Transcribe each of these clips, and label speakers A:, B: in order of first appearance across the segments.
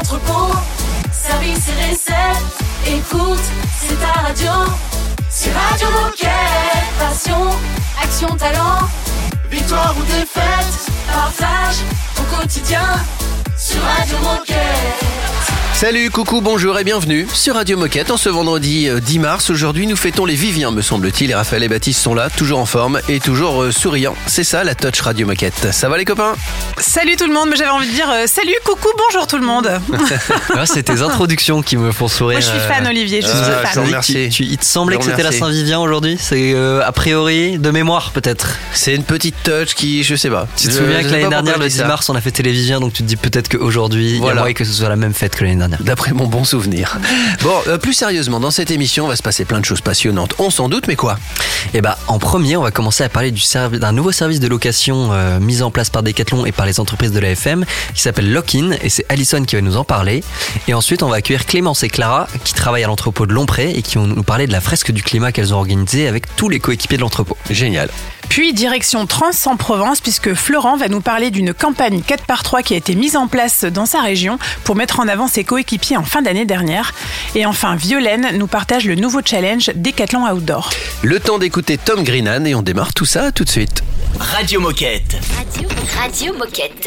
A: l'entrepôt. Service et recettes, écoute, c'est ta radio. C'est Radio Moquette. Passion, action, talent. Victoire ou défaite, partage ton quotidien sur Radio Moquette.
B: Salut, coucou, bonjour et bienvenue sur Radio Moquette. En ce vendredi 10 mars, aujourd'hui nous fêtons les Viviens, me semble-t-il. Et Raphaël et Baptiste sont là, toujours en forme et toujours souriants. C'est ça la touch Radio Moquette. Ça va les copains ?
C: Salut tout le monde, mais j'avais envie de dire salut, coucou, bonjour tout le monde.
D: C'est tes introductions qui me font sourire.
C: Moi je suis fan Olivier, je suis fan.
D: Il te semblait que c'était la Saint-Vivien aujourd'hui ? C'est a priori de mémoire peut-être.
B: C'est une petite touch qui, je sais pas.
D: Tu te souviens que l'année dernière, le 10 mars, on a fêté les Viviens, donc tu te dis peut-être qu'aujourd'hui, il y a moyen que ce soit la même fête que l'année dernière.
B: D'après mon bon souvenir. Bon, plus sérieusement, dans cette émission, on va se passer plein de choses passionnantes. On s'en doute, mais quoi ?
D: Eh ben, en premier, on va commencer à parler d'un nouveau service de location mis en place par Decathlon et par les entreprises de la FM qui s'appelle Lock-in, et c'est Alison qui va nous en parler. Et ensuite, on va accueillir Clémence et Clara qui travaillent à l'entrepôt de Lompré et qui vont nous parler de la fresque du climat qu'elles ont organisée avec tous les coéquipiers de l'entrepôt.
B: Génial.
C: Puis direction Trans en Provence, puisque Florent va nous parler d'une campagne 4x3 qui a été mise en place dans sa région pour mettre en avant ses coéquipiers en fin d'année dernière. Et enfin, Violaine nous partage le nouveau challenge Decathlon Outdoor.
B: Le temps d'écouter Tom Greenan et on démarre tout ça tout de suite.
E: Radio Moquette.
F: Radio Moquette.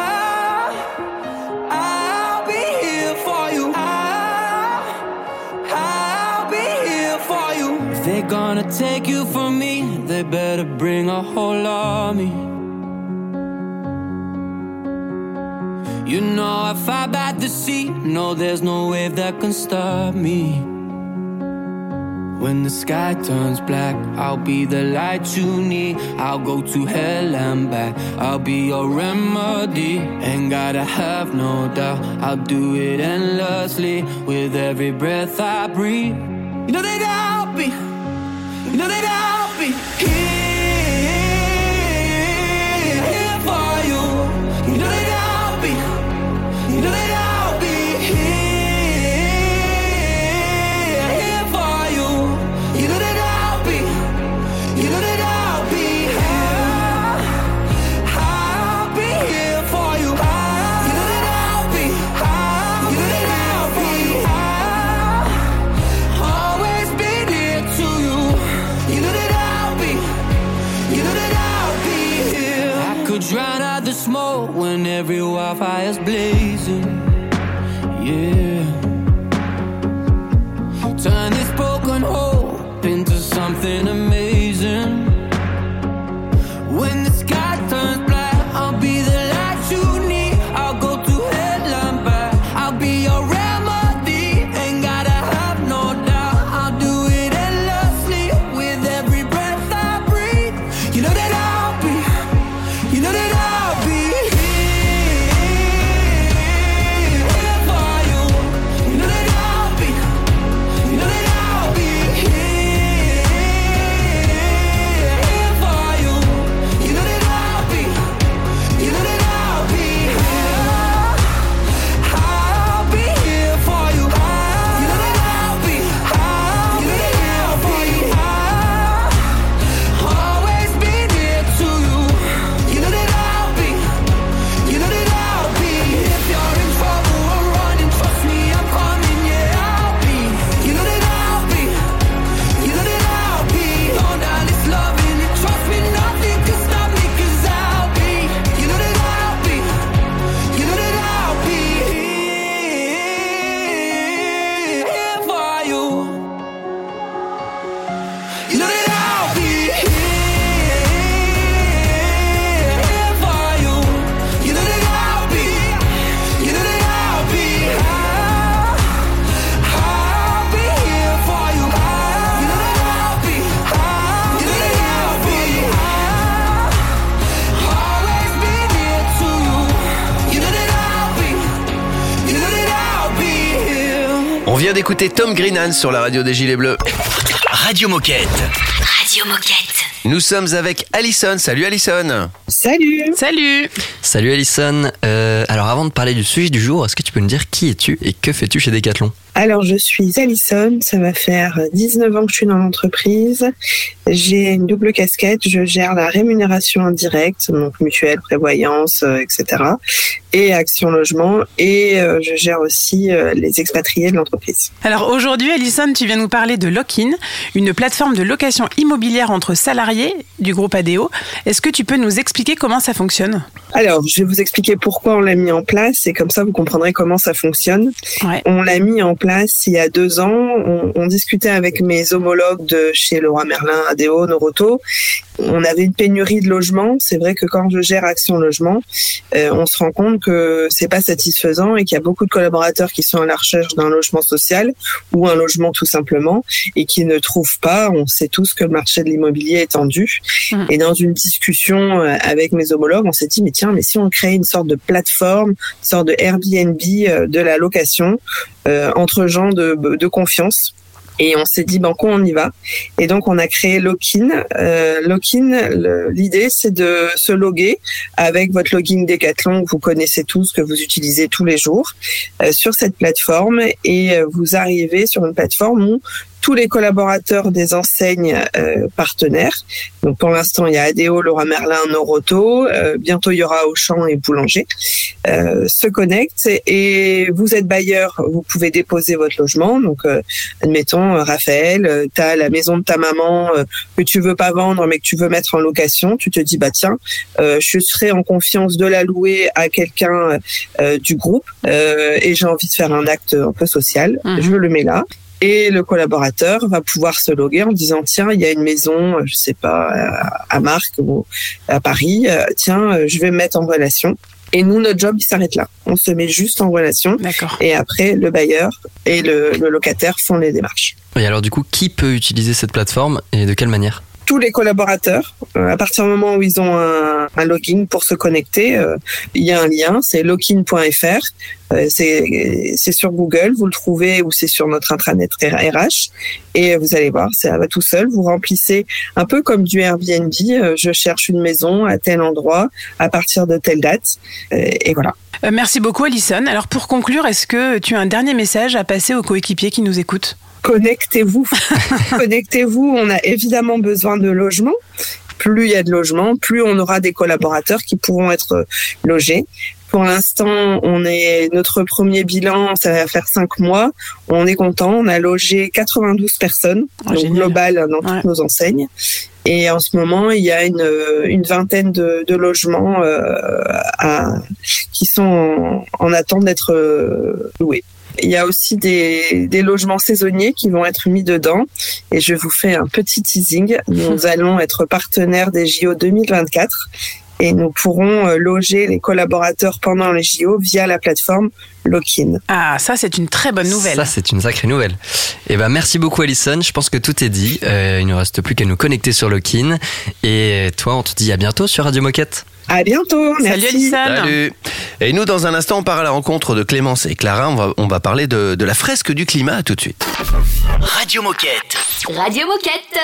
G: I'll be here for you. I'll be here for you. If they're gonna take you from me, they better bring a whole army. You know I fight by the sea. No, there's no wave that can stop me. When the sky turns black, I'll be the light you need. I'll go to hell and back. I'll be your remedy. Ain't gotta have no doubt. I'll do it endlessly with every breath I breathe. You know that I'll be. You know that I'll be here for you. You know that I'll be. You know that I'll be here for you. You know that I'll be. You know that I'll be here. I'll be here for you. You know that I'll be. You know that I'll be. Always been here to you. You know that I'll be. You know that I'll be here. I could drown out the smoke when every wildfire's blazing. Yeah. Turn this broken hope into something amazing. When the sky turns black, I'll be the light you need. I'll go to hell and back. I'll be your remedy. Ain't gotta have no doubt. I'll do it endlessly with every breath I breathe. You know that I'll be. You know that I'll be.
B: On vient d'écouter Tom Greenan sur la radio des Gilets Bleus.
E: Radio Moquette.
F: Radio Moquette.
B: Nous sommes avec Alison. Salut Alison.
C: Salut.
D: Salut Alison. Alors avant de parler du sujet du jour, est-ce que tu tu peux nous dire qui es-tu et que fais-tu chez Decathlon ?
H: Alors, je suis Alison, ça va faire 19 ans que je suis dans l'entreprise. J'ai une double casquette, je gère la rémunération indirecte, donc mutuelle, prévoyance, etc. et Action Logement, et je gère aussi les expatriés de l'entreprise.
C: Alors aujourd'hui, Alison, tu viens nous parler de Lock-in, une plateforme de location immobilière entre salariés du groupe ADO. Est-ce que tu peux nous expliquer comment ça fonctionne ?
H: Alors, je vais vous expliquer pourquoi on l'a mis en place, et comme ça vous comprendrez comment ça fonctionne.
C: Ouais.
H: On l'a mis en place il y a 2 ans. On discutait avec mes homologues de chez Leroy Merlin, ADO, Noroto. On avait une pénurie de logements. C'est vrai que quand je gère Action Logement, on se rend compte que c'est pas satisfaisant et qu'il y a beaucoup de collaborateurs qui sont à la recherche d'un logement social ou un logement tout simplement et qui ne trouvent pas. On sait tous que le marché de l'immobilier est tendu. Et dans une discussion avec mes homologues, on s'est dit mais si on crée une sorte de plateforme, une sorte de Airbnb de la location entre gens de confiance. Et on s'est dit, banco, on y va. Et donc, on a créé Lock-in. L'idée, c'est de se loguer avec votre login Decathlon que vous connaissez tous, que vous utilisez tous les jours, sur cette plateforme. Et vous arrivez sur une plateforme où tous les collaborateurs des enseignes partenaires, donc pour l'instant il y a ADO, Leroy Merlin, Noroto, bientôt il y aura Auchan et Boulanger, se connectent et vous êtes bailleur, vous pouvez déposer votre logement. Donc admettons Raphaël, tu as la maison de ta maman que tu veux pas vendre mais que tu veux mettre en location, tu te dis je serai en confiance de la louer à quelqu'un du groupe et j'ai envie de faire un acte un peu social, je le mets là. Et le collaborateur va pouvoir se loguer en disant il y a une maison, je sais pas, à Marc ou à Paris, je vais me mettre en relation. Et nous, notre job, il s'arrête là. On se met juste en relation.
C: D'accord.
H: Et après, le bailleur et le locataire font les démarches.
D: Et alors du coup, qui peut utiliser cette plateforme et de quelle manière ?
H: Tous les collaborateurs, à partir du moment où ils ont un login pour se connecter, il y a un lien, c'est lockin.fr, c'est sur Google, vous le trouvez, ou c'est sur notre intranet RH, et vous allez voir, ça va tout seul, vous remplissez un peu comme du Airbnb, je cherche une maison à tel endroit, à partir de telle date, et voilà.
C: Merci beaucoup Alison. Alors pour conclure, est-ce que tu as un dernier message à passer aux coéquipiers qui nous écoutent ?
H: Connectez-vous. Connectez-vous. On a évidemment besoin de logements. Plus il y a de logements, plus on aura des collaborateurs qui pourront être logés. Pour l'instant, notre premier bilan, ça va faire 5 mois. On est content. On a logé 92 personnes, donc global dans toutes nos enseignes. Et en ce moment, il y a une vingtaine de logements qui sont en attente d'être loués. Il y a aussi des logements saisonniers qui vont être mis dedans. Et je vous fais un petit teasing. Nous allons être partenaires des JO 2024 et nous pourrons loger les collaborateurs pendant les JO via la plateforme Lock-in.
C: Ah, ça c'est une très bonne nouvelle.
D: Ça c'est une sacrée nouvelle. Et merci beaucoup Alison, je pense que tout est dit. Il ne reste plus qu'à nous connecter sur Lock-in. Et toi, on te dit à bientôt sur Radio Moquette.
H: À bientôt, merci.
C: Salut Alison.
B: Salut. Et nous, dans un instant, on part à la rencontre de Clémence et Clara. On va parler de la fresque du climat. À tout de suite.
E: Radio Moquette.
F: Radio Moquette.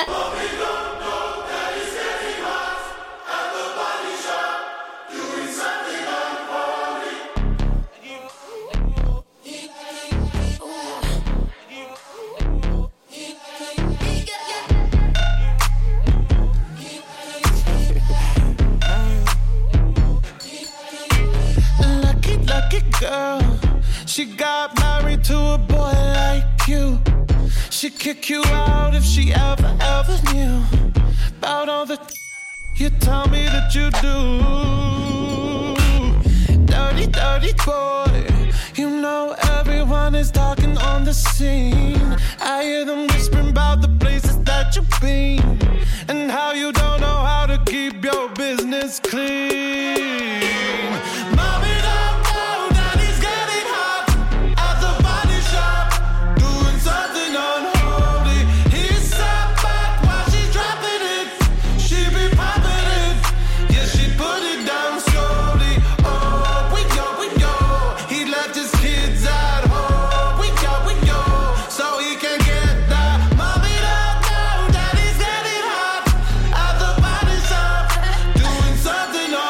I: Lucky girl, she got married to a boy like you. She'd kick you out if she ever knew about all the you tell me that you do. Dirty, dirty boy, you know everyone is talking on the scene. I hear them whispering about the places that you've been and how you don't know how to keep your business clean. Mommy, something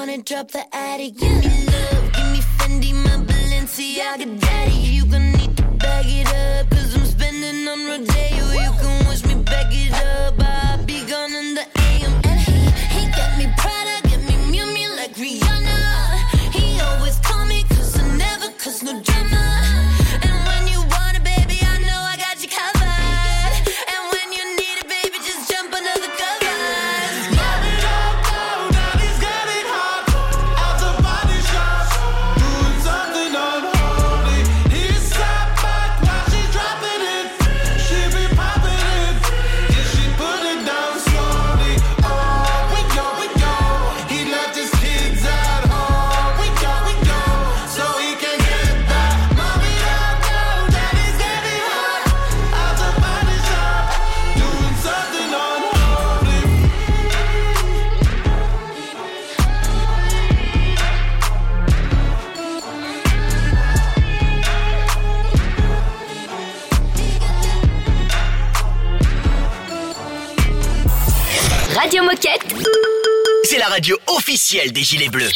J: wanna drop the attic. Give me love, give me Fendi, my Balenciaga daddy. You gon' need to bag it up, 'cause I'm spending on Rodeo. You can wish me back it up, I'll be gone in the AM. And he got me Prada, get me Miu Miu like Rihanna. He always call me 'cause I never cause no drama. And when you want it, baby, I know I got you covered. And when you need it, baby, just jump under the covers.
F: Radio Moquette.
E: C'est la radio officielle des Gilets Bleus.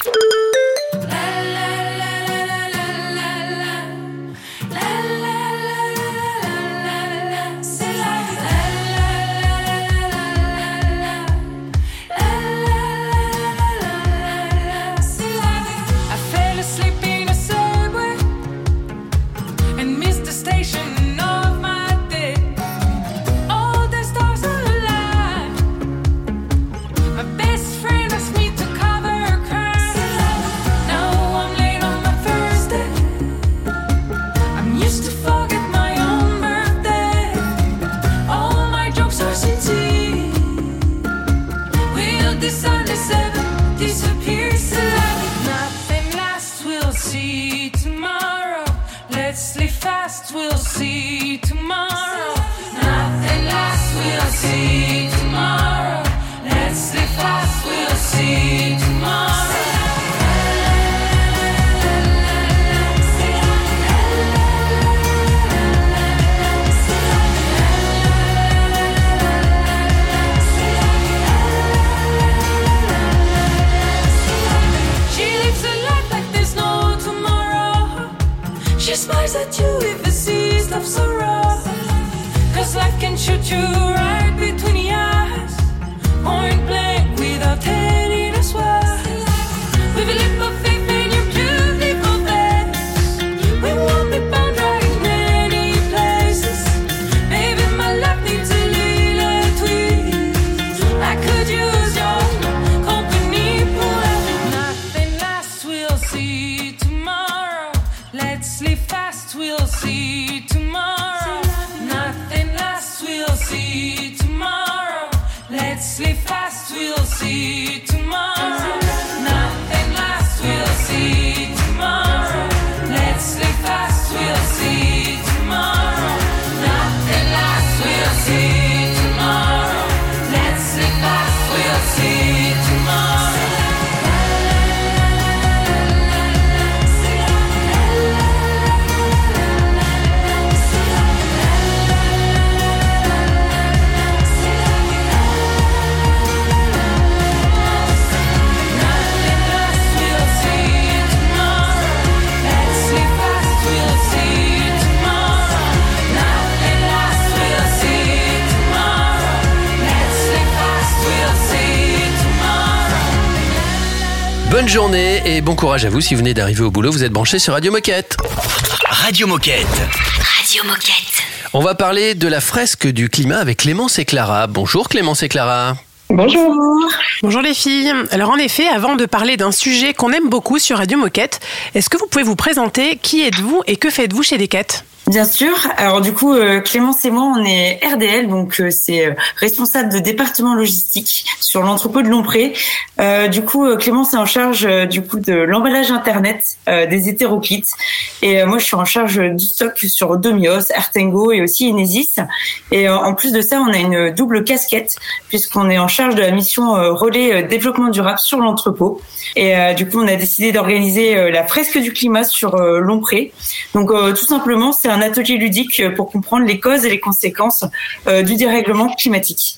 B: Bonne journée et bon courage à vous si vous venez d'arriver au boulot. Vous êtes branchés sur Radio Moquette.
E: Radio Moquette.
F: Radio Moquette.
B: On va parler de la fresque du climat avec Clémence et Clara. Bonjour Clémence et Clara.
K: Bonjour.
C: Bonjour les filles. Alors en effet, avant de parler d'un sujet qu'on aime beaucoup sur Radio Moquette, est-ce que vous pouvez vous présenter? Qui êtes-vous et que faites-vous chez Decat?
K: Bien sûr. Alors du coup, Clémence et moi, on est RDL, donc c'est responsable de département logistique sur l'entrepôt de Lompré. Du coup, Clémence est en charge du coup de l'emballage internet des hétéroclites, et moi je suis en charge du stock sur Domios, Artengo et aussi Inesis. Et en plus de ça, on a une double casquette puisqu'on est en charge de la mission relais développement durable sur l'entrepôt. Et du coup, on a décidé d'organiser la fresque du climat sur Lompré. Donc tout simplement, c'est un atelier ludique pour comprendre les causes et les conséquences du dérèglement climatique.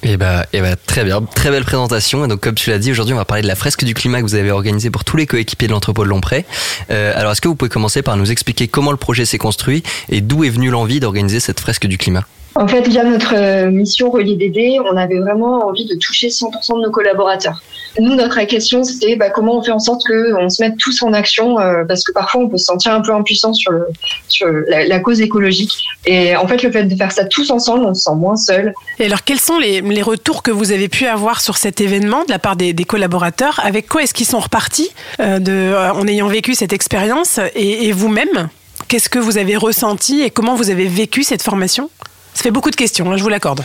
D: Et bah, très bien, très belle présentation. Et donc, comme tu l'as dit, aujourd'hui, on va parler de la fresque du climat que vous avez organisée pour tous les coéquipiers de l'entrepôt de Lompré. Alors, est-ce que vous pouvez commencer par nous expliquer comment le projet s'est construit et d'où est venue l'envie d'organiser cette fresque du climat?
L: En fait, via notre mission Relier Dédé, on avait vraiment envie de toucher 100% de nos collaborateurs. Nous, notre question, c'était comment on fait en sorte qu'on se mette tous en action, parce que parfois, on peut se sentir un peu impuissant sur la cause écologique. Et en fait, le fait de faire ça tous ensemble, on se sent moins seul.
C: Et alors, quels sont les retours que vous avez pu avoir sur cet événement de la part des collaborateurs? Avec quoi est-ce qu'ils sont repartis en ayant vécu cette expérience? Et vous-même, qu'est-ce que vous avez ressenti et comment vous avez vécu cette formation? Ça fait beaucoup de questions, je vous l'accorde.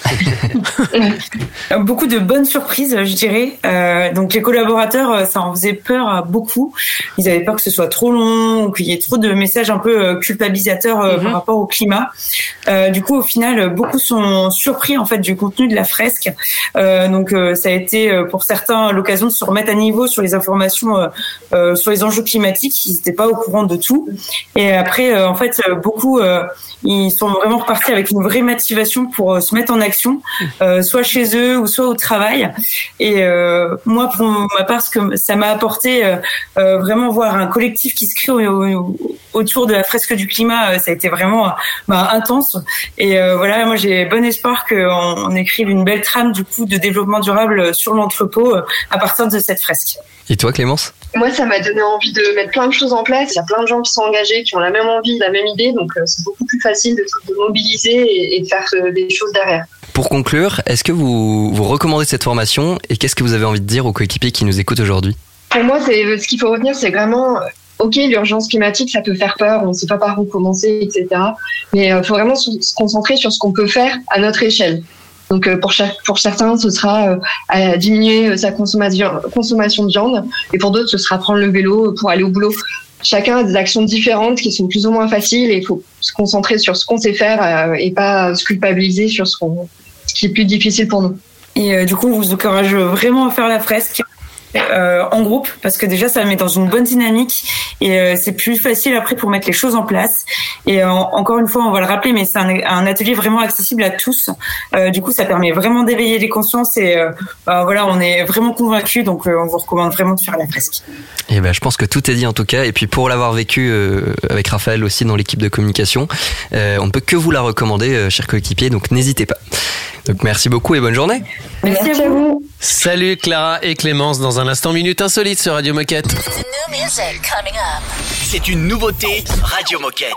K: Beaucoup de bonnes surprises, je dirais. Donc les collaborateurs, ça en faisait peur à beaucoup. Ils avaient peur que ce soit trop long ou qu'il y ait trop de messages un peu culpabilisateurs par rapport au climat. Du coup, au final, beaucoup sont surpris en fait du contenu de la fresque. Donc ça a été pour certains l'occasion de se remettre à niveau sur les informations sur les enjeux climatiques. Ils n'étaient pas au courant de tout. Et après, en fait, beaucoup ils sont vraiment repartis avec une vraie motivation pour se mettre en action, soit chez eux ou soit au travail. Et moi, pour ma part, ce que ça m'a apporté, vraiment voir un collectif qui se crée autour de la fresque du climat, ça a été vraiment intense. Et voilà, moi j'ai bon espoir qu'on écrive une belle trame du coup de développement durable sur l'entrepôt à partir de cette fresque.
D: Et toi, Clémence?
L: Moi, ça m'a donné envie de mettre plein de choses en place. Il y a plein de gens qui sont engagés, qui ont la même envie, la même idée. Donc, c'est beaucoup plus facile de mobiliser et de faire des choses derrière.
D: Pour conclure, est-ce que vous recommandez cette formation et qu'est-ce que vous avez envie de dire aux coéquipiers qui nous écoutent aujourd'hui?
L: Pour moi, ce qu'il faut retenir, c'est vraiment... Ok, l'urgence climatique, ça peut faire peur, on ne sait pas par où commencer, etc. Mais il faut vraiment se concentrer sur ce qu'on peut faire à notre échelle. Donc pour certains, ce sera diminuer sa consommation de viande, et pour d'autres, ce sera prendre le vélo pour aller au boulot. Chacun a des actions différentes qui sont plus ou moins faciles, et il faut se concentrer sur ce qu'on sait faire et pas se culpabiliser sur ce qui est plus difficile pour nous.
K: Et du coup, on vous encourage vraiment à faire la fresque. En groupe, parce que déjà ça met dans une bonne dynamique et c'est plus facile après pour mettre les choses en place. Et encore une fois, on va le rappeler, mais c'est un atelier vraiment accessible à tous. Du coup, ça permet vraiment d'éveiller les consciences et voilà, on est vraiment convaincus, donc on vous recommande vraiment de faire la fresque.
D: Et je pense que tout est dit en tout cas. Et puis pour l'avoir vécu avec Raphaël aussi dans l'équipe de communication, on ne peut que vous la recommander, chers coéquipiers. Donc n'hésitez pas. Donc merci beaucoup et bonne journée.
L: Merci à vous.
B: Salut Clara et Clémence, dans un instant Minute Insolite sur Radio Moquette.
E: C'est une nouveauté Radio Moquette.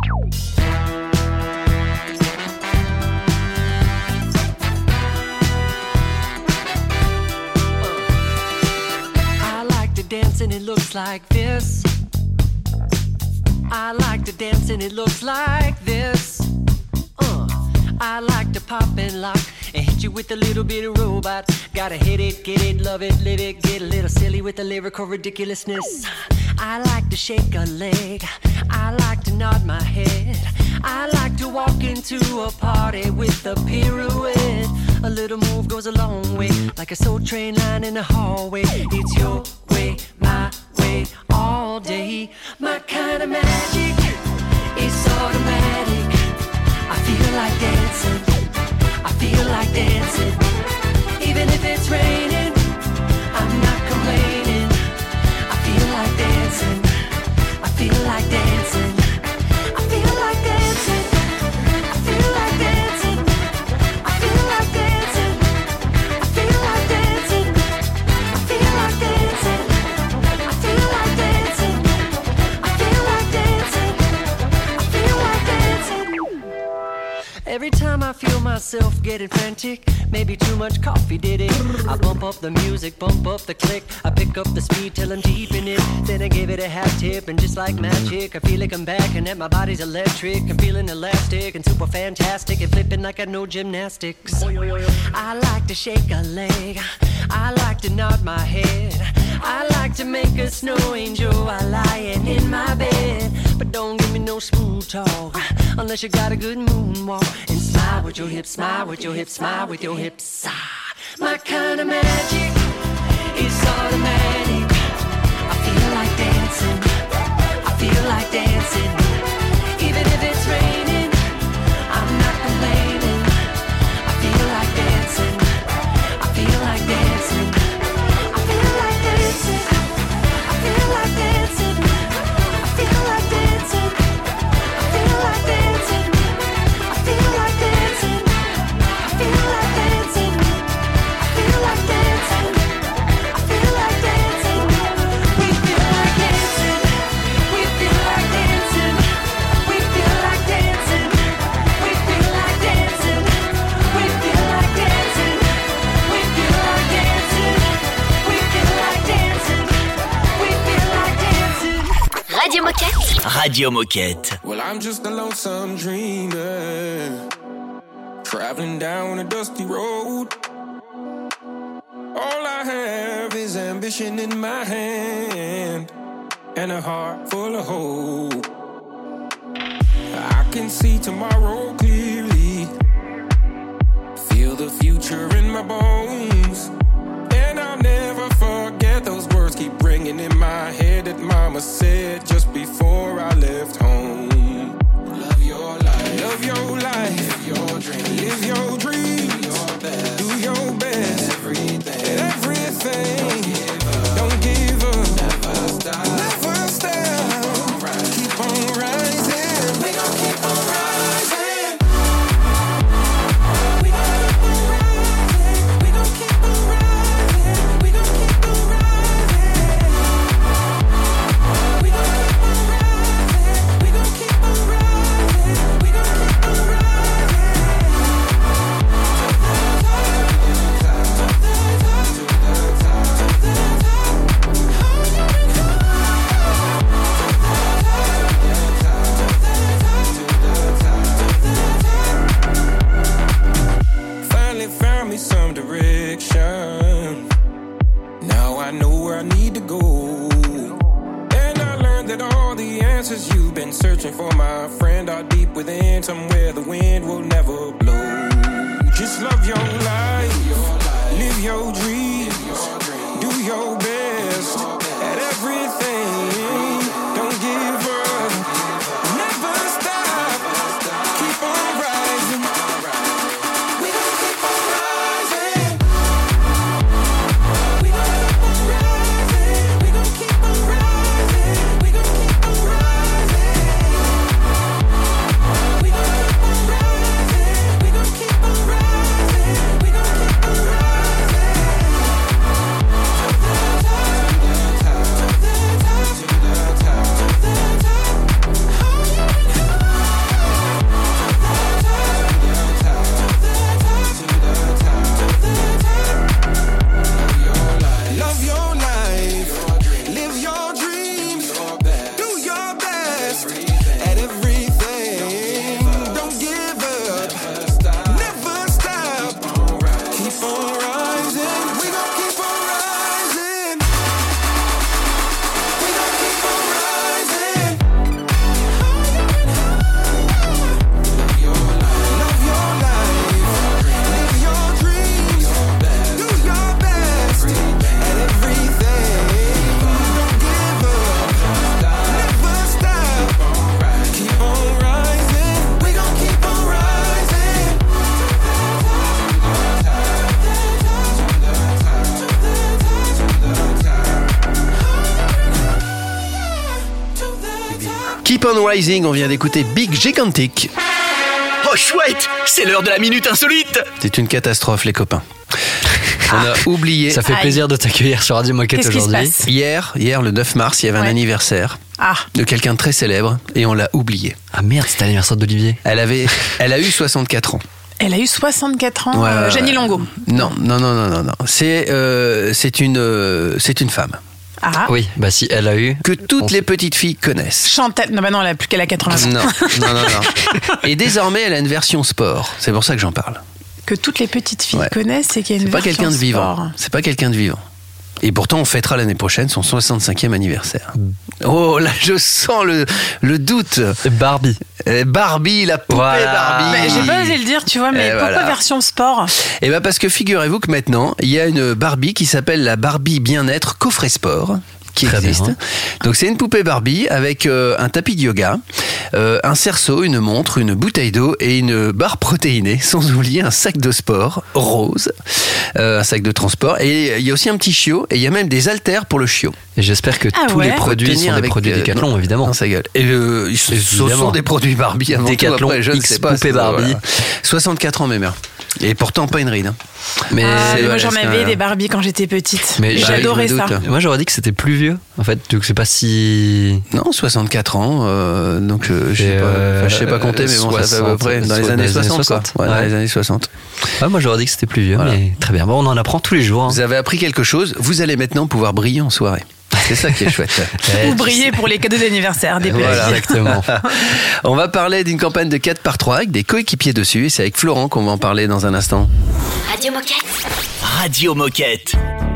M: I like to dance and it looks like this. I like to dance and it looks like this. I like to pop and lock and hit you with a little bit of robot. Gotta hit it, get it, love it, live it, get a little silly with the lyrical ridiculousness. I like to shake a leg, I like to nod my head, I like to walk into a party with a pirouette. A little move goes a long way, like a soul train line in the hallway. It's your way, my way, all day. My kind of magic is automatic. I feel like dancing, I feel like dancing. Even if it's raining, I'm not complaining. I feel like dancing, I feel like dancing. I feel like dancing, I feel like dancing. I feel like dancing, I feel like dancing. I feel like dancing, I feel like dancing. I feel like dancing, I feel like dancing. Every time I feel myself getting frantic, maybe too much coffee did it. I bump up the music, bump up the click. I pick up the speed till I'm deep in it. Then I give it a half tip and just like magic, I feel like I'm back and that my body's electric. I'm feeling elastic and super fantastic and flipping like I know gymnastics. I like to shake a leg, I like to nod my head, I like to make a snow angel while lying in my bed. But don't give me no smooth talk unless you got a good moonwalk. And smile with your hips, smile with your hips, smile with your hips. My kind of magic is automatic. I feel like dancing, I feel like dancing. Even if it's raining, I'm not complaining. I feel like dancing,
F: Moquette.
E: Radio Moquette.
I: Well, I'm just a lonesome dreamer, traveling down a dusty road. All I have is ambition in my hand and a heart full of hope. I can see tomorrow clearly, feel the future in my bones, and I'll never forget those words keep ringing in my head that mama said just before I left home. Love your life, love your life, live your dream, live your dream, do your best, do your best, everything, don't give up, never stop, never stop, keep on rising, we gon' keep on rising, we gon' keep on rising, we gon' keep on rising, we gon' keep on rising, we gon' keep on rising, we gon' keep on rising, we gon' keep on rising. Found me some direction. Now I know where I need to go. And I learned that all the answers you've been searching for, my friend, are deep within, somewhere the wind will never blow. Just love your life, live your dreams, do your best at everything. Don't give up, never stop, keep on rising. We gon' keep on rising. We gon' keep on rising. We gon' keep on rising. We gon' keep on rising. We gon' keep on rising. We gon' keep on rising. We gon' keep on Love your life, live your dreams, do your best at everything. Don't give up, never stop, keep on rising. We gon' keep on rising. We gon' keep on rising. Love your life, live your dreams, do your best at everything. Don't give up, never stop, keep on rising. We gon' keep on rising.
B: Keep on Rising, on vient d'écouter Big Gigantic.
E: Oh chouette, c'est l'heure de la minute insolite.
B: C'est une catastrophe, les copains. On a oublié.
D: Ça fait plaisir de t'accueillir sur Radio Moquette
C: Qu'est-ce qui se
D: aujourd'hui.
C: passe ?
B: Hier, le 9 mars, il y avait un anniversaire de quelqu'un de très célèbre et on l'a oublié.
D: Ah merde, c'était l'anniversaire d'Olivier.
B: Elle a eu 64 ans.
C: Elle a eu 64 ans,
B: Ouais.
C: Jenny Longo.
B: Non. C'est une femme.
C: Ah.
D: Oui, bah si elle a eu.
B: Que toutes les petites filles connaissent.
C: Chantal. Non, elle a plus qu'elle a 80 ans.
B: Non. Et désormais, elle a une version sport. C'est pour ça que j'en parle.
C: Que toutes les petites filles connaissent et qu'il y a une
B: C'est pas
C: version
B: quelqu'un de vivant.
C: sport.
B: C'est pas quelqu'un de vivant. Et pourtant, on fêtera l'année prochaine son 65e anniversaire. Oh, là, je sens le doute.
D: Barbie.
B: Barbie, la poupée Barbie.
C: Mais j'ai pas osé le dire, tu vois, mais
B: Et
C: pourquoi
B: voilà.
C: version sport ?
B: Eh bien, parce que figurez-vous que maintenant, il y a une Barbie qui s'appelle la Barbie Bien-être Coffret Sport. Qui
D: Très
B: existe.
D: bien.
B: Donc c'est une poupée Barbie avec un tapis de yoga, un cerceau, une montre, une bouteille d'eau et une barre protéinée, sans oublier un sac de sport rose, un sac de transport. Et il y a aussi un petit chiot et il y a même des haltères pour le chiot.
D: Et j'espère que tous les produits sont des produits Decathlon, évidemment.
B: Dans sa gueule. Et ce sont des produits Barbie avant
D: Decathlon
B: tout. Après, je ne
D: X
B: sais pas.
D: poupée Barbie.
B: Voilà. 64 ans, mes mères. Et pourtant pas une ride. Hein.
D: Mais
C: moi j'en avais des Barbie quand j'étais petite.
D: Mais
C: j'adorais ça.
D: Moi j'aurais dit que c'était plus vieux. En fait, donc c'est pas si.
B: Non, 64 ans. Donc je sais pas compter, mais bon, ça fait à peu près dans les années 60. Quoi. Ouais, dans les années 60.
D: Ouais, moi j'aurais dit que c'était plus vieux,
B: Voilà.
D: Mais très bien. Bon, on en apprend tous les jours. Hein.
B: Vous avez appris quelque chose. Vous allez maintenant pouvoir briller en soirée. C'est ça qui est chouette.
C: Ou briller pour les cadeaux d'anniversaire des petits.
B: Voilà,
D: exactement.
B: On va parler d'une campagne de 4x3 avec des coéquipiers dessus. Et c'est avec Florent qu'on va en parler dans un instant.
F: Radio Moquette.
E: Radio Moquette.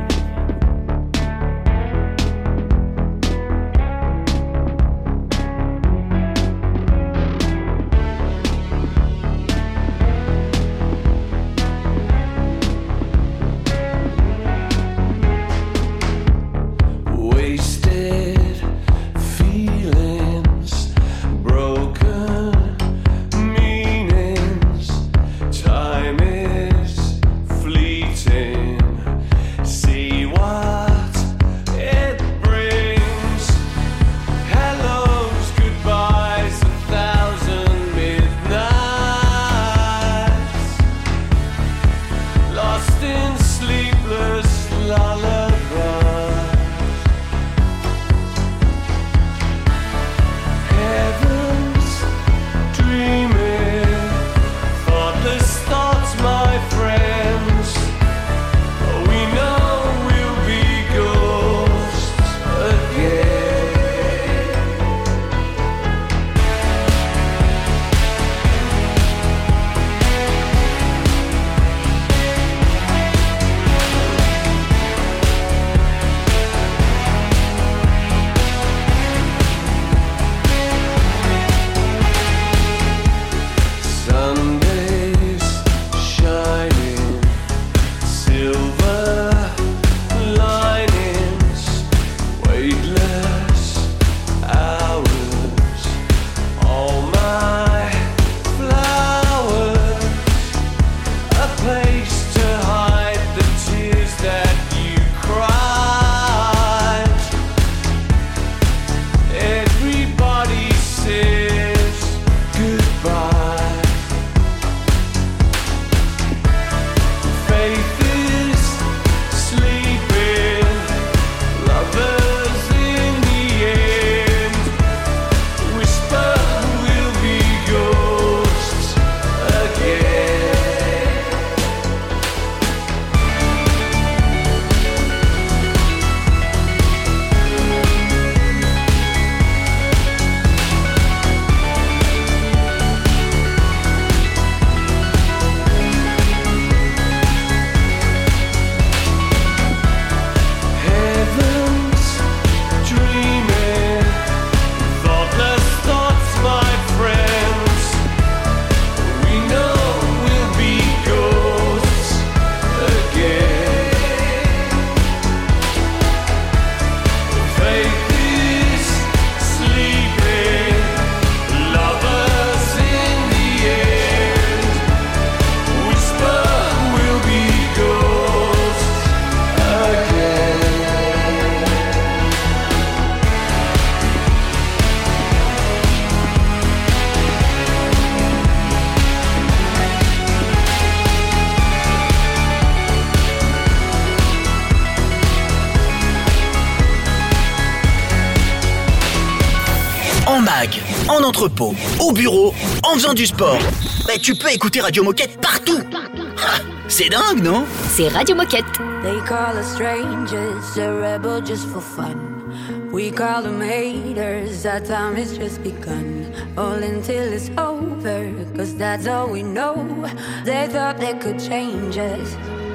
E: En entrepôt, au bureau, en faisant du sport. Bah, tu peux écouter Radio Moquette partout. Ah, c'est dingue, non?
F: C'est Radio Moquette.
J: They call us strangers, a rebel just for fun. We call them haters, our time has just begun. All until it's over, cause that's all we know. They thought they could change us.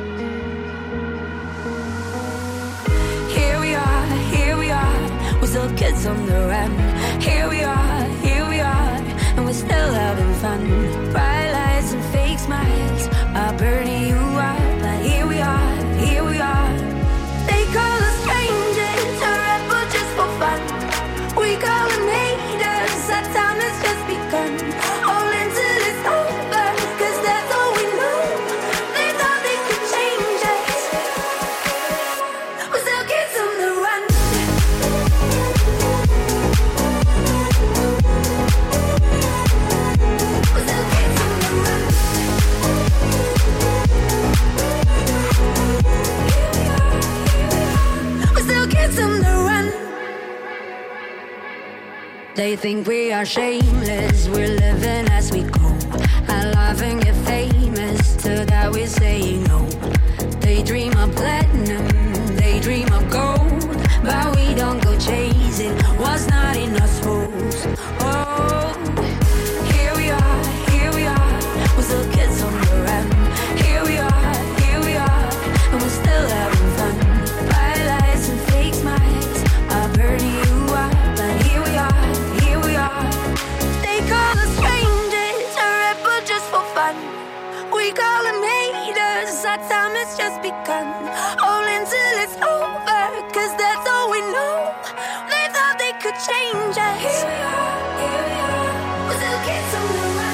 J: Here we are, we're still kids on the run. Here we are, and we're still having fun. Bright lights and fake smiles are burning you up. But here we are. They call us strangers, a rebel just for fun. We call them haters, our time has just begun. All until it's over, cause that's all we know. They thought they could change us. We're still kids on the run. They think we are shameless, we're living as we go. I love and get famous, to that we say no. They dream of platinum, they dream of gold, but we don't time has just begun. All until it's over, 'cause that's all we know. They thought they could change us. Here we are, we're still kids on the run.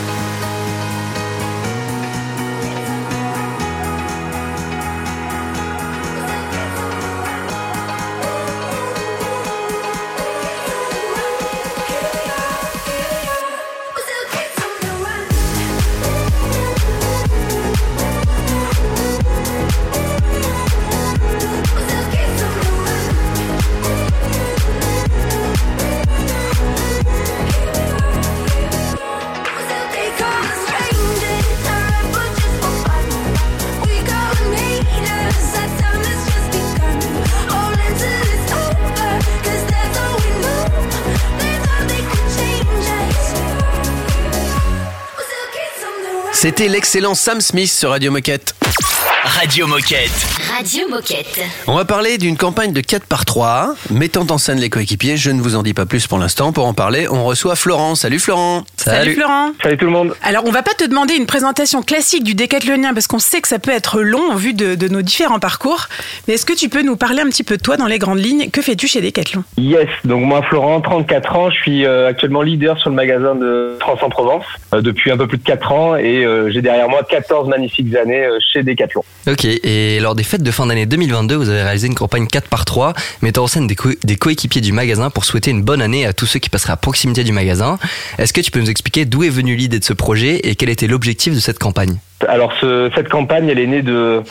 B: C'était l'excellent Sam Smith sur Radio Moquette.
E: Radio Moquette.
F: Radio Moquette.
B: On va parler d'une campagne de 4x3 mettant en scène les coéquipiers. Je ne vous en dis pas plus pour l'instant. Pour en parler, on reçoit Florent. Salut Florent.
C: Salut Florent.
N: Salut tout le monde.
C: Alors, on va pas te demander une présentation classique du décathlonien parce qu'on sait que ça peut être long au vu de nos différents parcours. Mais est-ce que tu peux nous parler un petit peu de toi dans les grandes lignes? Que fais-tu chez Décathlon?
N: Yes, donc moi Florent, 34 ans, je suis actuellement leader sur le magasin de Trans-en-Provence depuis un peu plus de 4 ans et j'ai derrière moi 14 magnifiques années chez Décathlon.
D: Ok, et lors des fêtes de fin d'année 2022, vous avez réalisé une campagne 4x3 mettant en scène des coéquipiers du magasin pour souhaiter une bonne année à tous ceux qui passeraient à proximité du magasin. Est-ce que tu peux nous expliquer d'où est venue l'idée de ce projet et quel était l'objectif de cette campagne?
N: Alors cette campagne, elle est née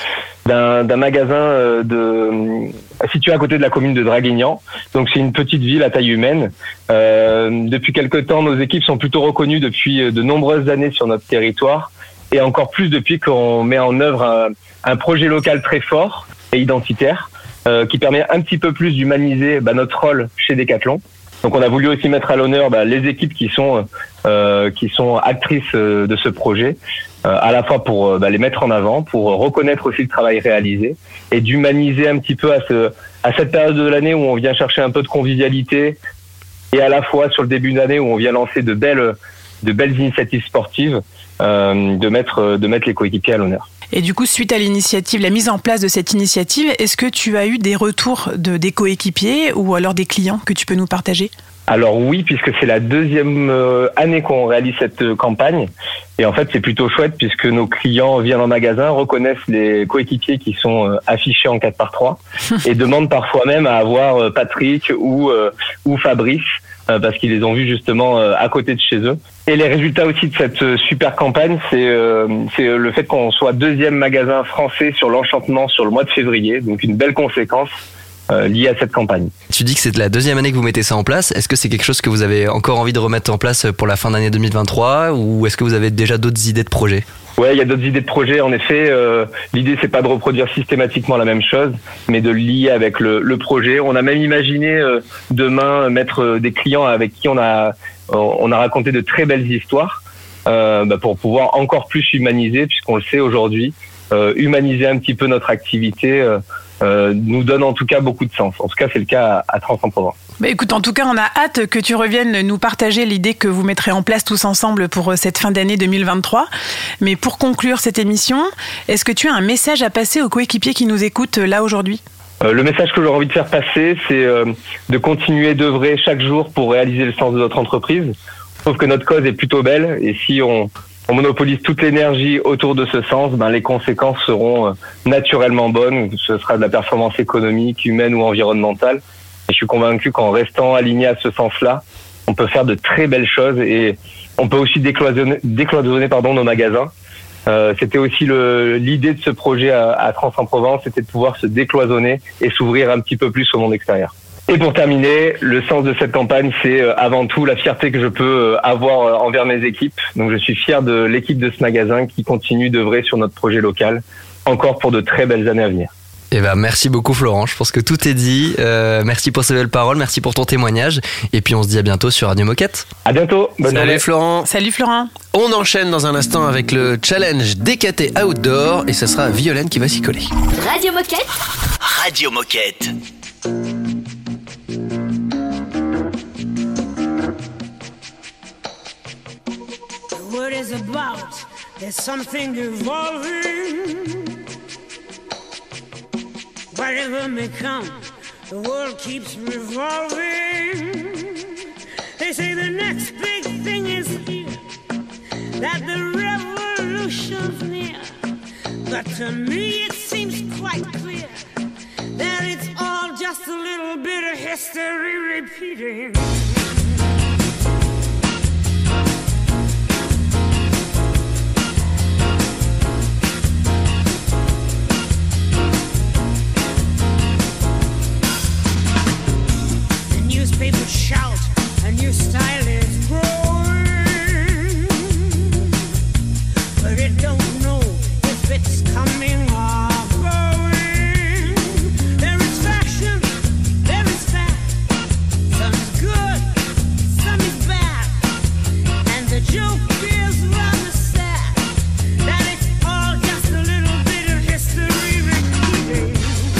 N: d'un magasin situé à côté de la commune de Draguignan. Donc c'est une petite ville à taille humaine. Depuis quelque temps, nos équipes sont plutôt reconnues depuis de nombreuses années sur notre territoire et encore plus depuis qu'on met en œuvre un projet local très fort et identitaire qui permet un petit peu plus d'humaniser notre rôle chez Décathlon. Donc on a voulu aussi mettre à l'honneur les équipes qui sont actrices de ce projet, à la fois pour les mettre en avant, pour reconnaître aussi le travail réalisé et d'humaniser un petit peu à cette période de l'année où on vient chercher un peu de convivialité et à la fois sur le début d'année où on vient lancer de belles initiatives sportives, de mettre les coéquipiers à l'honneur.
C: Et du coup, suite à l'initiative, la mise en place de cette initiative, est-ce que tu as eu des retours des coéquipiers ou alors des clients que tu peux nous partager?
N: Alors oui, puisque c'est la deuxième année qu'on réalise cette campagne. Et en fait, c'est plutôt chouette puisque nos clients viennent en magasin, reconnaissent les coéquipiers qui sont affichés en 4x3 et demandent parfois même à avoir Patrick ou Fabrice parce qu'ils les ont vus justement à côté de chez eux. Et les résultats aussi de cette super campagne, c'est le fait qu'on soit deuxième magasin français sur l'enchantement sur le mois de février, donc une belle conséquence liée à cette campagne.
D: Tu dis que c'est la deuxième année que vous mettez ça en place. Est-ce que c'est quelque chose que vous avez encore envie de remettre en place pour la fin d'année 2023 ou est-ce que vous avez déjà d'autres idées de projets?
N: Ouais, il y a d'autres idées de projets. En effet, l'idée c'est pas de reproduire systématiquement la même chose, mais de le lier avec le projet. On a même imaginé demain mettre des clients avec qui on a raconté de très belles histoires pour pouvoir encore plus humaniser, puisqu'on le sait aujourd'hui, humaniser un petit peu notre activité nous donne en tout cas beaucoup de sens. En tout cas, c'est le cas à Trans-en-Provence.
C: Écoute, en tout cas, on a hâte que tu reviennes nous partager l'idée que vous mettrez en place tous ensemble pour cette fin d'année 2023. Mais pour conclure cette émission, est-ce que tu as un message à passer aux coéquipiers qui nous écoutent là aujourd'hui?
N: Le message que j'aurais envie de faire passer, c'est de continuer d'œuvrer chaque jour pour réaliser le sens de notre entreprise. Je trouve que notre cause est plutôt belle et si on monopolise toute l'énergie autour de ce sens, les conséquences seront naturellement bonnes. Ce sera de la performance économique, humaine ou environnementale. Et je suis convaincu qu'en restant aligné à ce sens-là, on peut faire de très belles choses et on peut aussi décloisonner nos magasins. C'était aussi l'idée de ce projet à Trans-en-Provence, c'était de pouvoir se décloisonner et s'ouvrir un petit peu plus au monde extérieur. Et pour terminer, le sens de cette campagne, c'est avant tout la fierté que je peux avoir envers mes équipes. Donc je suis fier de l'équipe de ce magasin qui continue d'œuvrer sur notre projet local, encore pour de très belles années à venir.
D: Merci beaucoup Florent, je pense que tout est dit. Merci pour ces belles paroles, merci pour ton témoignage. Et puis on se dit à bientôt sur Radio Moquette.
N: À bientôt, bonne journée.
B: Salut Florent.
C: Salut Florent.
B: On enchaîne dans un instant avec le challenge DKT Outdoor et ce sera Violaine qui va s'y coller.
F: Radio Moquette.
E: Radio Moquette.
O: What is about? There's something evolving. whatever may come, the world keeps revolving. They say the next big thing is here, that the revolution's near. But to me it seems quite clear that it's all just a little bit of history repeating. People shout, a new style is growing, but it don't know if it's coming or going. There is fashion, there is fat, some is good, some is bad, and the joke is rather sad, that it's all just a little bit of history repeating.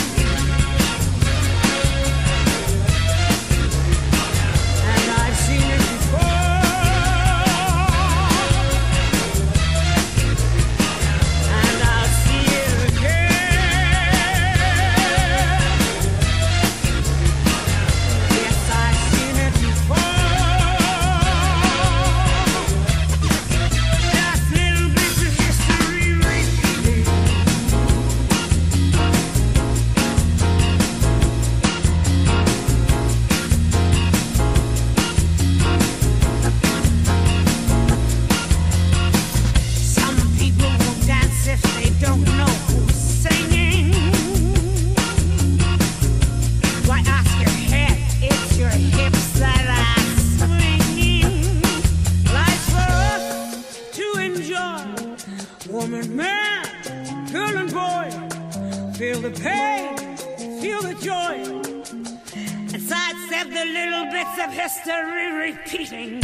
O: Woman, man, girl and boy, feel the pain, feel the joy, and sidestep the little bits of history repeating.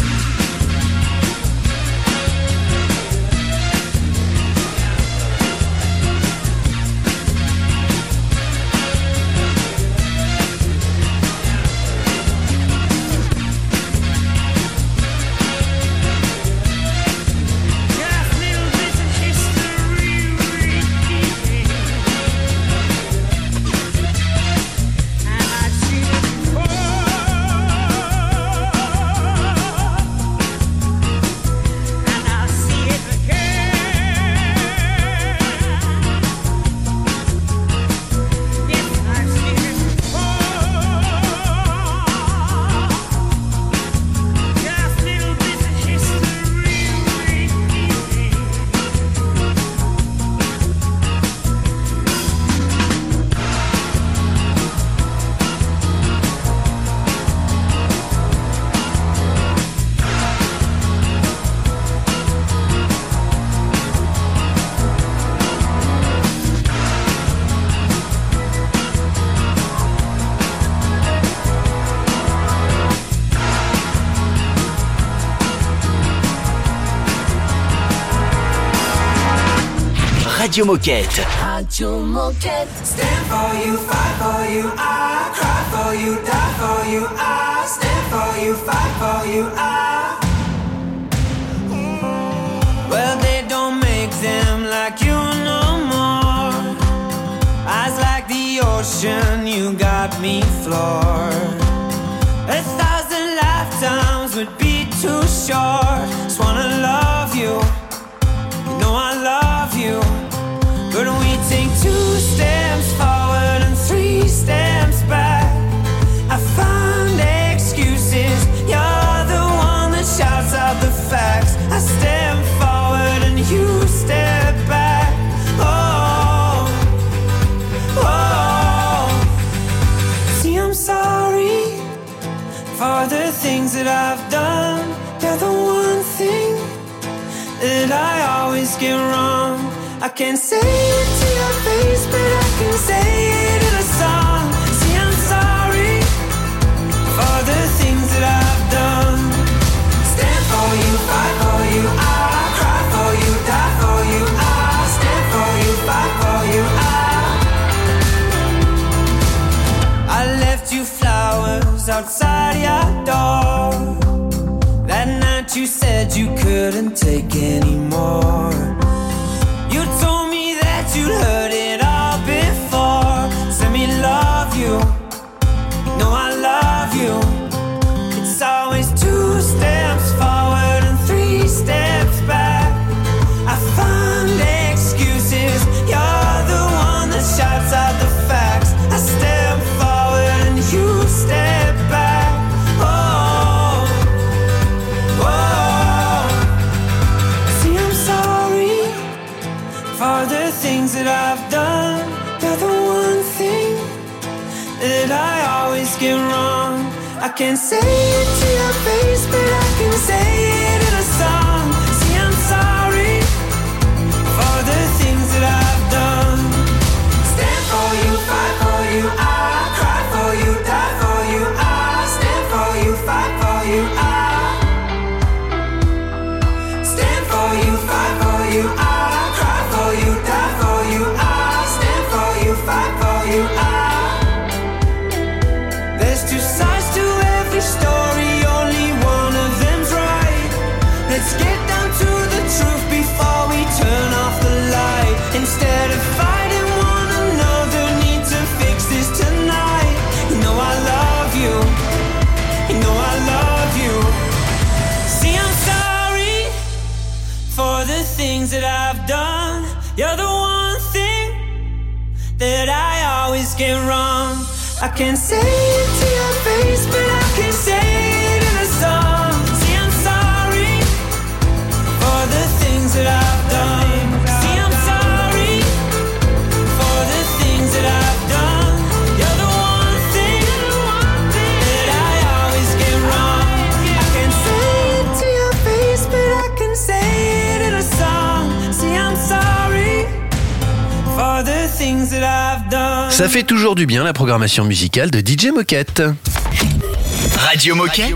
E: Radio Moquette.
A: Radio Moquette.
P: Stand for you, fight for you, I cry for you, die for you, I stand for you, fight for you, I.
G: Well, they don't make them like you no more. Eyes like the ocean, you got me floored. 1,000 lifetimes would be too short. Just wanna love you, you know I love you. But we take 2 steps forward and 3 steps back. I find excuses, you're the one that shouts out the facts. I step forward and you step back. Oh, oh. See, I'm sorry for the things that I've done. You're the one thing that I always get wrong. I can't say it to your face, but I can say it in a song. See, I'm sorry for the things that I've done.
P: Stand for you, fight for you, I cry for you, die for you, I stand for you, fight for you,
G: I left you flowers outside your door. That night you said you couldn't take anymore. You told me that you'd heard it all before. Send me love
P: I've done. You're the one thing that I always get wrong. I can't say it to your face, but I can say it in a song. See, I'm sorry for the things that I've done. Stand for you, fight for you, I cry for you, die for you, I stand for you, fight for you, I stand for you, fight for you, I cry for you, die for you, I stand for you, fight for you, I. There's two sides to every story, only one of them's right. Let's get down to the truth before we turn off the light. Instead of fighting one another, need to fix this tonight. You know I love you, you know I love you. See, I'm sorry for the things that I've done. You're the one thing that I always get wrong. I can't say it to your face, but I can say it in a song. See, I'm sorry for the things that I've done. See, I'm sorry for the things that I've done. You're the one thing that I always get wrong. I can't say it to your face, but I can say it in a song. See, I'm sorry for the things that I've done.
B: Ça fait toujours du bien la programmation musicale de DJ Moquette.
E: Radio Moquette.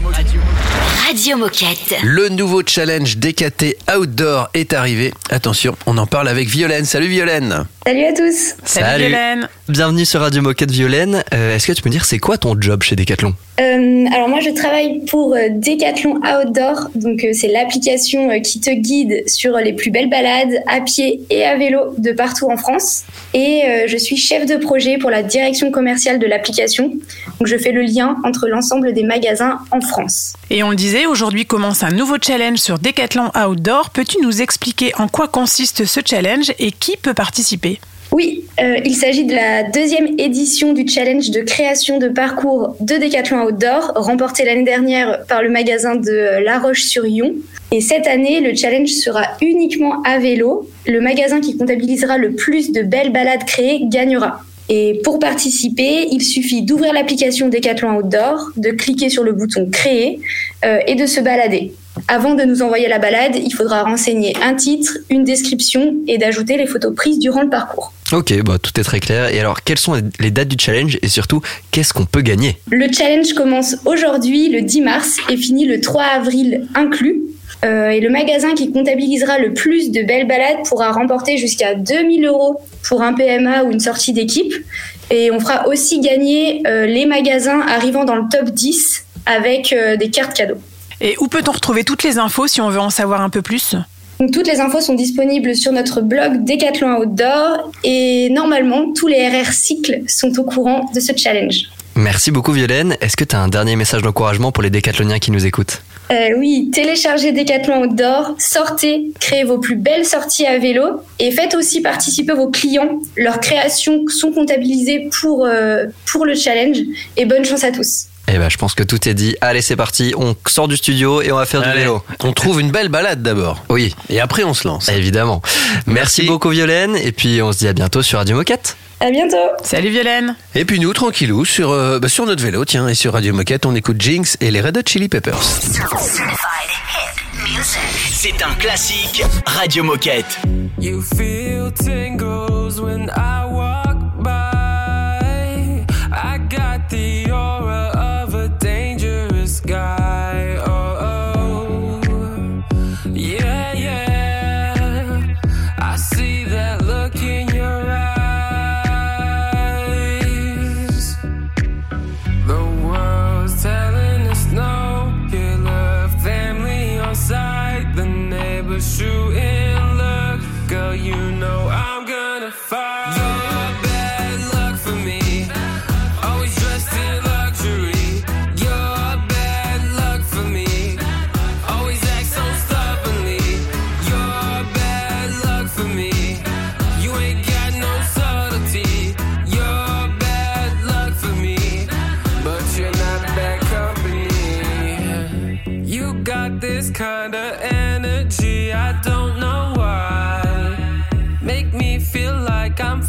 F: Radio Moquette.
B: Le nouveau challenge DKT Outdoor est arrivé. Attention, on en parle avec Violaine. Salut Violaine.
Q: Salut à tous.
C: Salut Violaine.
D: Bienvenue sur Radio Moquette Violaine. Est-ce que tu peux me dire c'est quoi ton job chez Decathlon ?
Q: Alors moi je travaille pour Decathlon Outdoor, donc c'est l'application qui te guide sur les plus belles balades à pied et à vélo de partout en France. Et je suis chef de projet pour la direction commerciale de l'application. Donc je fais le lien entre l'ensemble des magasins en France.
C: Et on le disait, aujourd'hui commence un nouveau challenge sur Decathlon Outdoor. Peux-tu nous expliquer en quoi consiste ce challenge et qui peut participer ?
Q: Oui, il s'agit de la deuxième édition du challenge de création de parcours de Decathlon Outdoor, remporté l'année dernière par le magasin de La Roche-sur-Yon. Et cette année, le challenge sera uniquement à vélo. Le magasin qui comptabilisera le plus de belles balades créées gagnera. Et pour participer, il suffit d'ouvrir l'application Decathlon Outdoor, de cliquer sur le bouton Créer et de se balader. Avant de nous envoyer la balade, il faudra renseigner un titre, une description et d'ajouter les photos prises durant le parcours.
D: Ok, bah, tout est très clair. Et alors, quelles sont les dates du challenge et surtout, qu'est-ce qu'on peut gagner ?
Q: Le challenge commence aujourd'hui, le 10 mars, et finit le 3 avril inclus. Et le magasin qui comptabilisera le plus de belles balades pourra remporter jusqu'à 2 000 € pour un PMA ou une sortie d'équipe. Et on fera aussi gagner les magasins arrivant dans le top 10 avec des cartes cadeaux.
C: Et où peut-on retrouver toutes les infos si on veut en savoir un peu plus ?
Q: Donc, toutes les infos sont disponibles sur notre blog Decathlon Outdoor et normalement tous les RR cycles sont au courant de ce challenge.
D: Merci beaucoup Violaine. Est-ce que tu as un dernier message d'encouragement pour les décathloniens qui nous écoutent ?
Q: Oui, téléchargez Decathlon Outdoor, sortez, créez vos plus belles sorties à vélo et faites aussi participer vos clients. Leurs créations sont comptabilisées pour le challenge et bonne chance à tous.
D: Eh ben, je pense que tout est dit. Allez, c'est parti. On sort du studio et on va faire du vélo.
B: On trouve une belle balade d'abord.
D: Oui.
B: Et après, on se lance.
D: Évidemment. Merci beaucoup, Violaine. Et puis, on se dit à bientôt sur Radio Moquette.
Q: À bientôt.
C: Salut, Violaine.
B: Et puis nous, tranquillou, sur notre vélo, tiens, et sur Radio Moquette, on écoute Jinx et les Red Hot Chili Peppers.
E: C'est un classique Radio Moquette.
G: You feel tingles when I walk by. I got the aura of a dangerous guy. Oh, yeah, yeah. I see that look in your eyes. The world's telling us no. You love family on side. The neighbors shooting. Look, girl, you know I'm gonna fight. You're bad luck for me. Always dressed in luxury. You're bad luck for me. Always act so stubbornly. You're bad luck for me. You ain't got no subtlety. You're bad luck for me. But you're not bad company. You got this kind of energy, I don't know why. Make me feel like I'm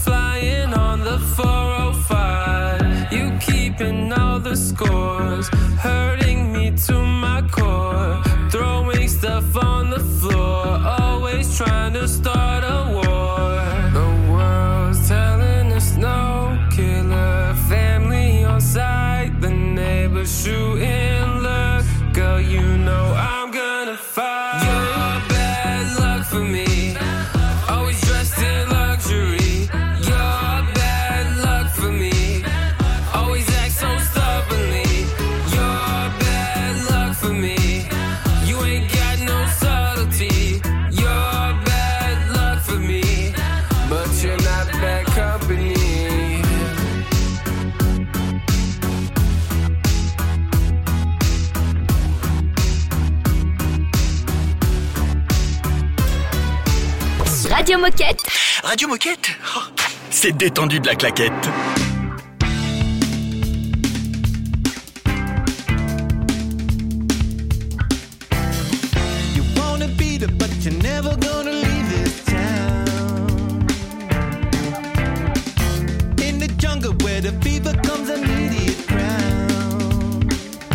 I: scores, hurting me to my core, throwing stuff on the floor, always trying to start a war. The world's telling us no, killer family on site, the neighbors shooting, look, girl, you know I'm gonna fight. You're bad luck for me, always dressed in luxury. You're bad luck for me, always act so stubbornly. You're bad luck for me, you ain't got no subtlety. You're bad luck for me, but you're not bad company.
F: Radio Moquette.
E: Radio Moquette, oh, c'est détendu de la claquette.
I: You wanna beat it, but you're never gonna leave this town. In the jungle where the fever comes immediate crown.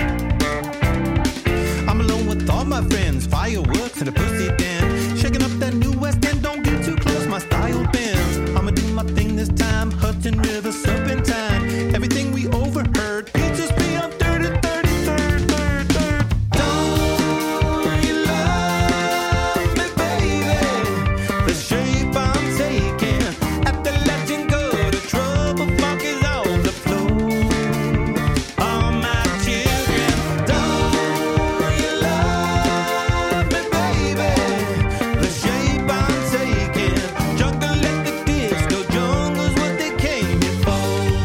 I: I'm alone with all my friends, fireworks and a pussy dance. Shaking up that new West End, don't get too close, my style bends. I'ma do my thing this time, Hudson River, serpentine. Everything we overheard, pictures be on 30, 30, 30, 30, 30. Don't you love me, baby? The shape I'm taking, after letting go, the trouble funk is on the floor. All my children, don't you love me, baby? The shape I'm taking, jungle at the disco, jungle's what they came here for.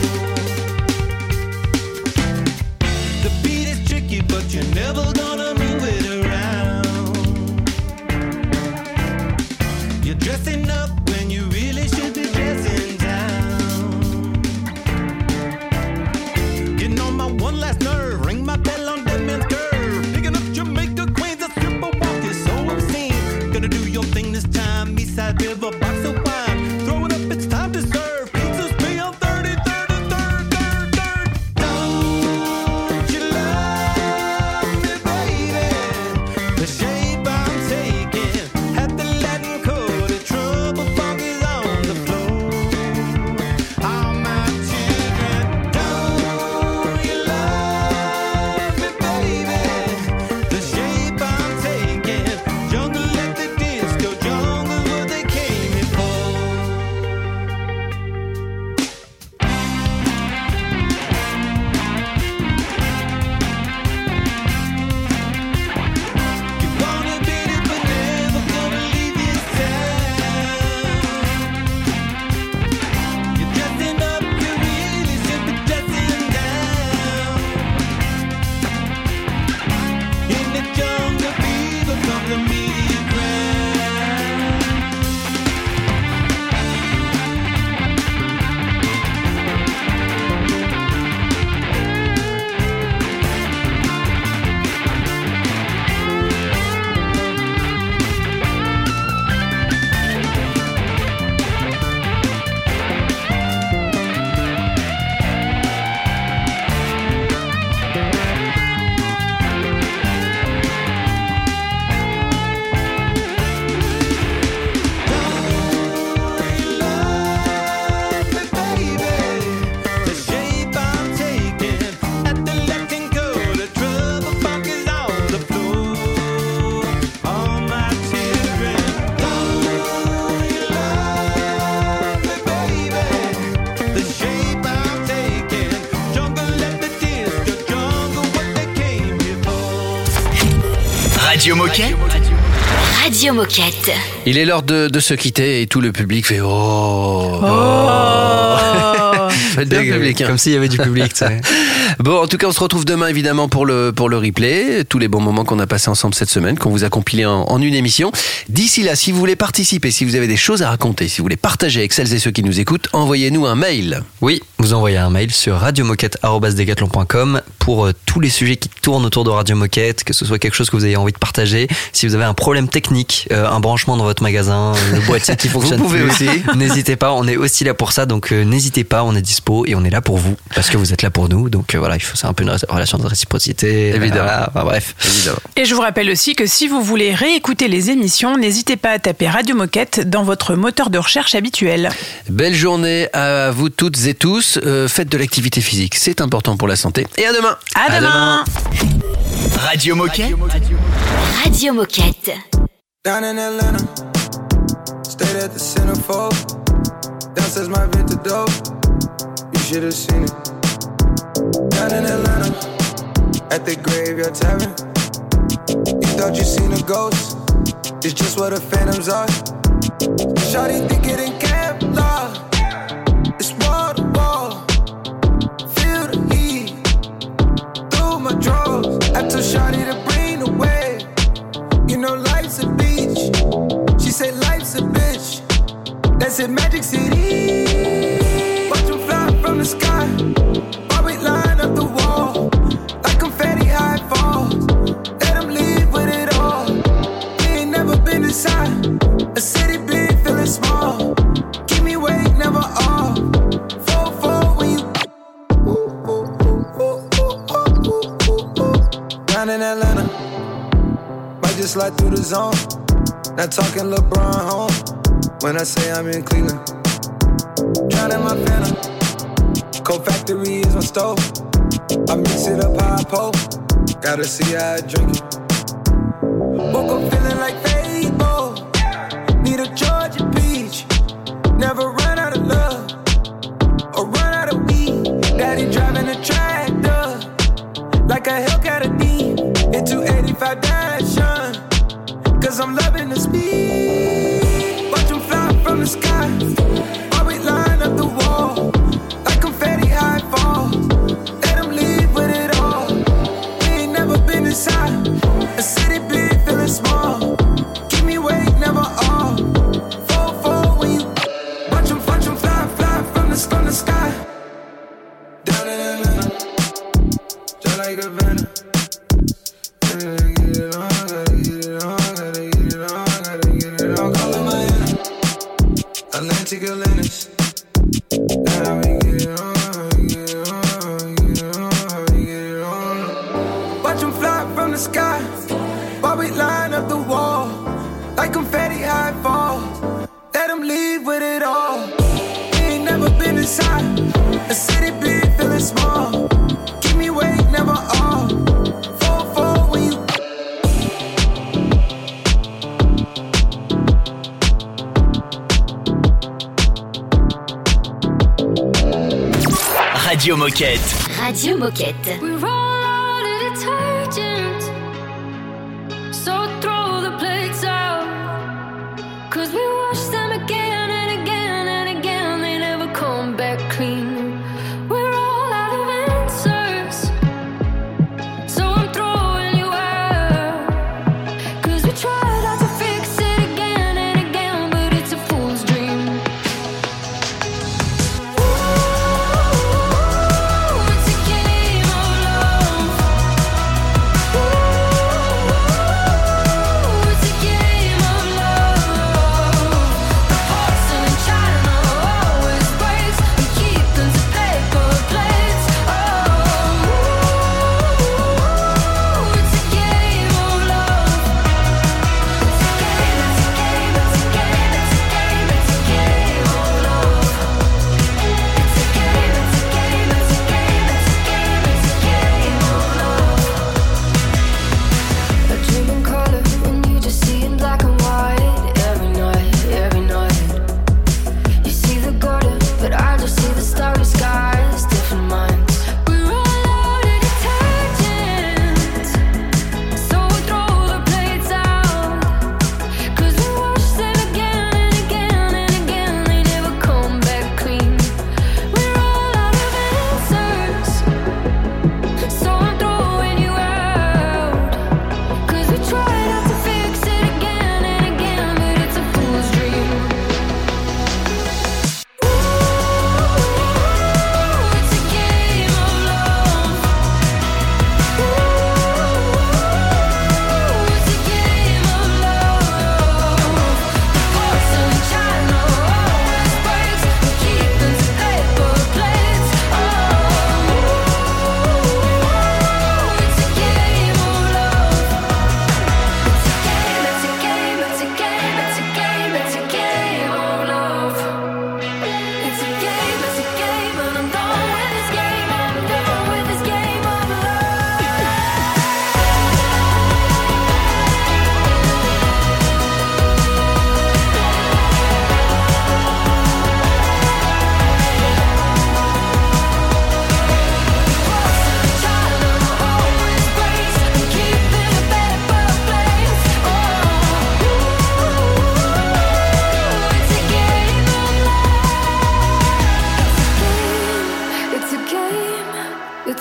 I: The beat is tricky, but you're never gonna move it around. You're dressing up when you really should be dressing down. Getting on my one last nerve, ring my bell on that man's curve. Picking up Jamaica Queens, a simple walk is so obscene. Gonna do your thing this time, Eastside River, box of wine. Throw it up, it's time to serve. Pizzas be on 30, 30, 30, 30, 30. Don't you love me, baby? The shape I'm taking, have to let go. The trouble funk is on the floor. All my children, don't you love me, baby? The shape I'm taking, jungle at the disco, jungle's what they came here for. You wanna beat it, but never gonna leave this town. You're dressing up, you really should be dressing down. In the jungle, fever comes immediate ground. The shape I'm taking, after letting go, the trouble funk is on the floor. All my children, don't you love me, baby? The shape I'm taking, jungle at the disco, jungle what they came here for.
E: Radio Moquette.
F: Radio Moquette.
B: Il est l'heure de se quitter et tout le public fait oh. Faites bien le public, hein.
D: Comme s'il y avait du public, tu sais.
B: Bon, en tout cas, on se retrouve demain évidemment pour le replay, tous les bons moments qu'on a passés ensemble cette semaine, qu'on vous a compilés en une émission. D'ici là, si vous voulez participer, si vous avez des choses à raconter, si vous voulez partager avec celles et ceux qui nous écoutent, envoyez-nous un mail.
D: Oui, Vous envoyez un mail sur radiomoquette@decathlon.com pour tous les sujets qui tournent autour de Radio Moquette, que ce soit quelque chose que vous avez envie de partager. Si vous avez un problème technique, un branchement dans votre magasin, le boîtier qui fonctionne
B: Vous pouvez
D: plus,
B: aussi.
D: n'hésitez pas, on est aussi là pour ça, donc n'hésitez pas, on est dispo et on est là pour vous, parce que vous êtes là pour nous, donc voilà, c'est un peu une relation de réciprocité.
B: Évidemment.
D: Voilà, enfin, bref.
B: Évidemment.
C: Et je vous rappelle aussi que si vous voulez réécouter les émissions, n'hésitez pas à taper Radio Moquette dans votre moteur de recherche habituel.
B: Belle journée à vous toutes et tous. Faites de l'activité physique, c'est important pour la santé. Et à demain.
C: À demain.
E: Radio Moquette.
F: Radio Moquette.
I: Down in Atlanta, stayed at the centerfold. Downstairs my vintage dope, you should have seen it. Down in Atlanta, at the Graveyard Tavern. You thought you seen a ghost, it's just what the phantoms are. Shawty think it in Kevlar, it's wall to wall. Feel the heat through my drawers. I told Shawty to bring the wave. You know life's a beach. She said life's a bitch. That's in Magic City. Watch them fly from the sky. While we line up the wall. Like confetti high falls. Let them leave with it all. We ain't never been inside a city big, feeling small. Keep me awake, never off. 4-4 when you down in Atlanta. Might just slide through the zone. Not talking LeBron home. When I say I'm in Cleveland. Drowning my phantom. Cold Factory is my stove. I mix it up how I pull. Gotta see how I drink it. Woke up feeling like Fable. Need a Georgia peach. Never run out of love or run out of weed. Daddy driving a tractor like a Hellcat a D. Into 85 Dash, cause I'm loving the speed. Watch them fly from the sky. While we line up the wall. Like confetti high falls. Let them leave with it all. We ain't never been inside a city big, feeling small. Keep me awake, never off. 4-4 when you watch them fly from the sky. Down in Atlanta, just like a venom. Gotta get it on, gotta get it on, gotta get it on, gotta get it on. All of my Atlantic Atlantis. Now we get it on, we get it on, we get it on, we get it on. Watch them fly from the sky while we line up the wall. Like confetti high falls. Let them leave with it all. We ain't never been inside a city big, feeling small. Keep me awake, never off. 4-4 when you
E: Radio Moquette.
F: Radio Moquette.
O: We roll out of detergent, so throw the plates out. 'Cause we wash them again and again and again. They never come back clean. We're all out of answers, so I'm throwing you out. 'Cause we try not to fix it again and again, but it's a fool's dream. Keep them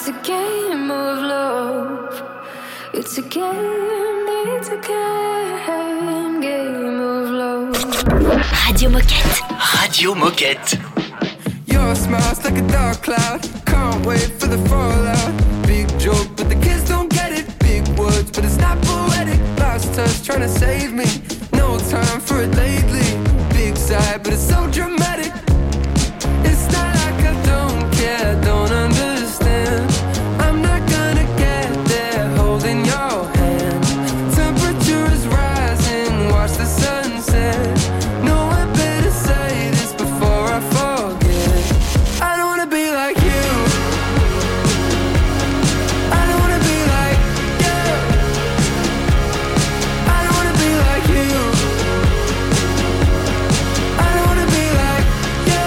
R: It's a game of love. It's a game of love.
E: Radio Moquette. Radio Moquette.
P: Your smile's like a dark cloud. Can't wait for the fallout. Big joke, but the kids don't get it. Big words, but it's not poetic. Last touch trying to save me. No time for it lately. Big sigh, but it's so dramatic. It's not like I don't care, don't understand. I'm not gonna get there holding your hand. Temperature is rising, watch the sunset. No, I better say this before I forget. I don't wanna be like you. I don't wanna be like you. I don't wanna be like you. I don't wanna be like you.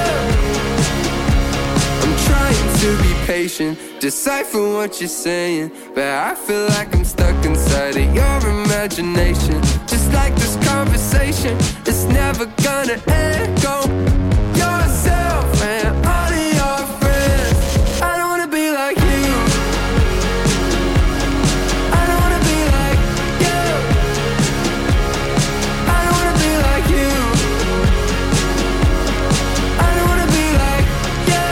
P: I'm trying to be patient, decipher what you're saying, but I feel like I'm stuck inside of your imagination. Just like this conversation, it's never gonna end. Go yourself and all of your friends. I don't wanna be like you. I don't wanna be like you. I don't wanna be like you. I don't wanna be like you.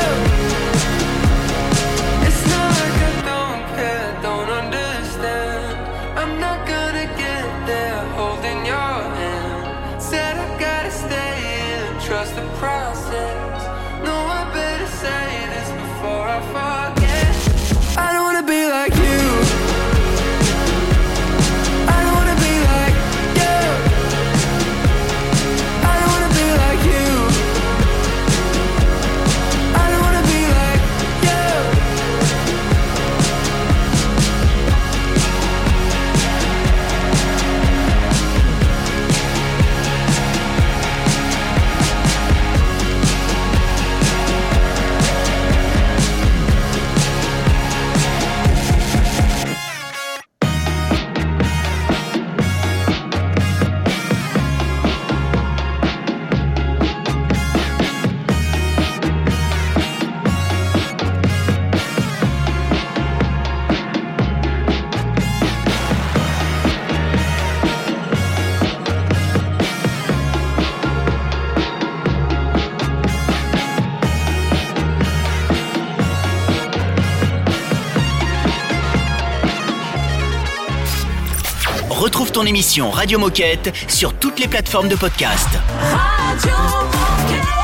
P: It's not like I don't care, don't understand. I'm not gonna get there holding your hand. Said I gotta stay and trust the process. No, I better say this before I forget. I don't wanna be like you. I don't wanna be like you. I don't wanna be like you. I don't wanna be like you.
E: Retrouve ton émission Radio Moquette sur toutes les plateformes de podcast.
A: Radio Moquette.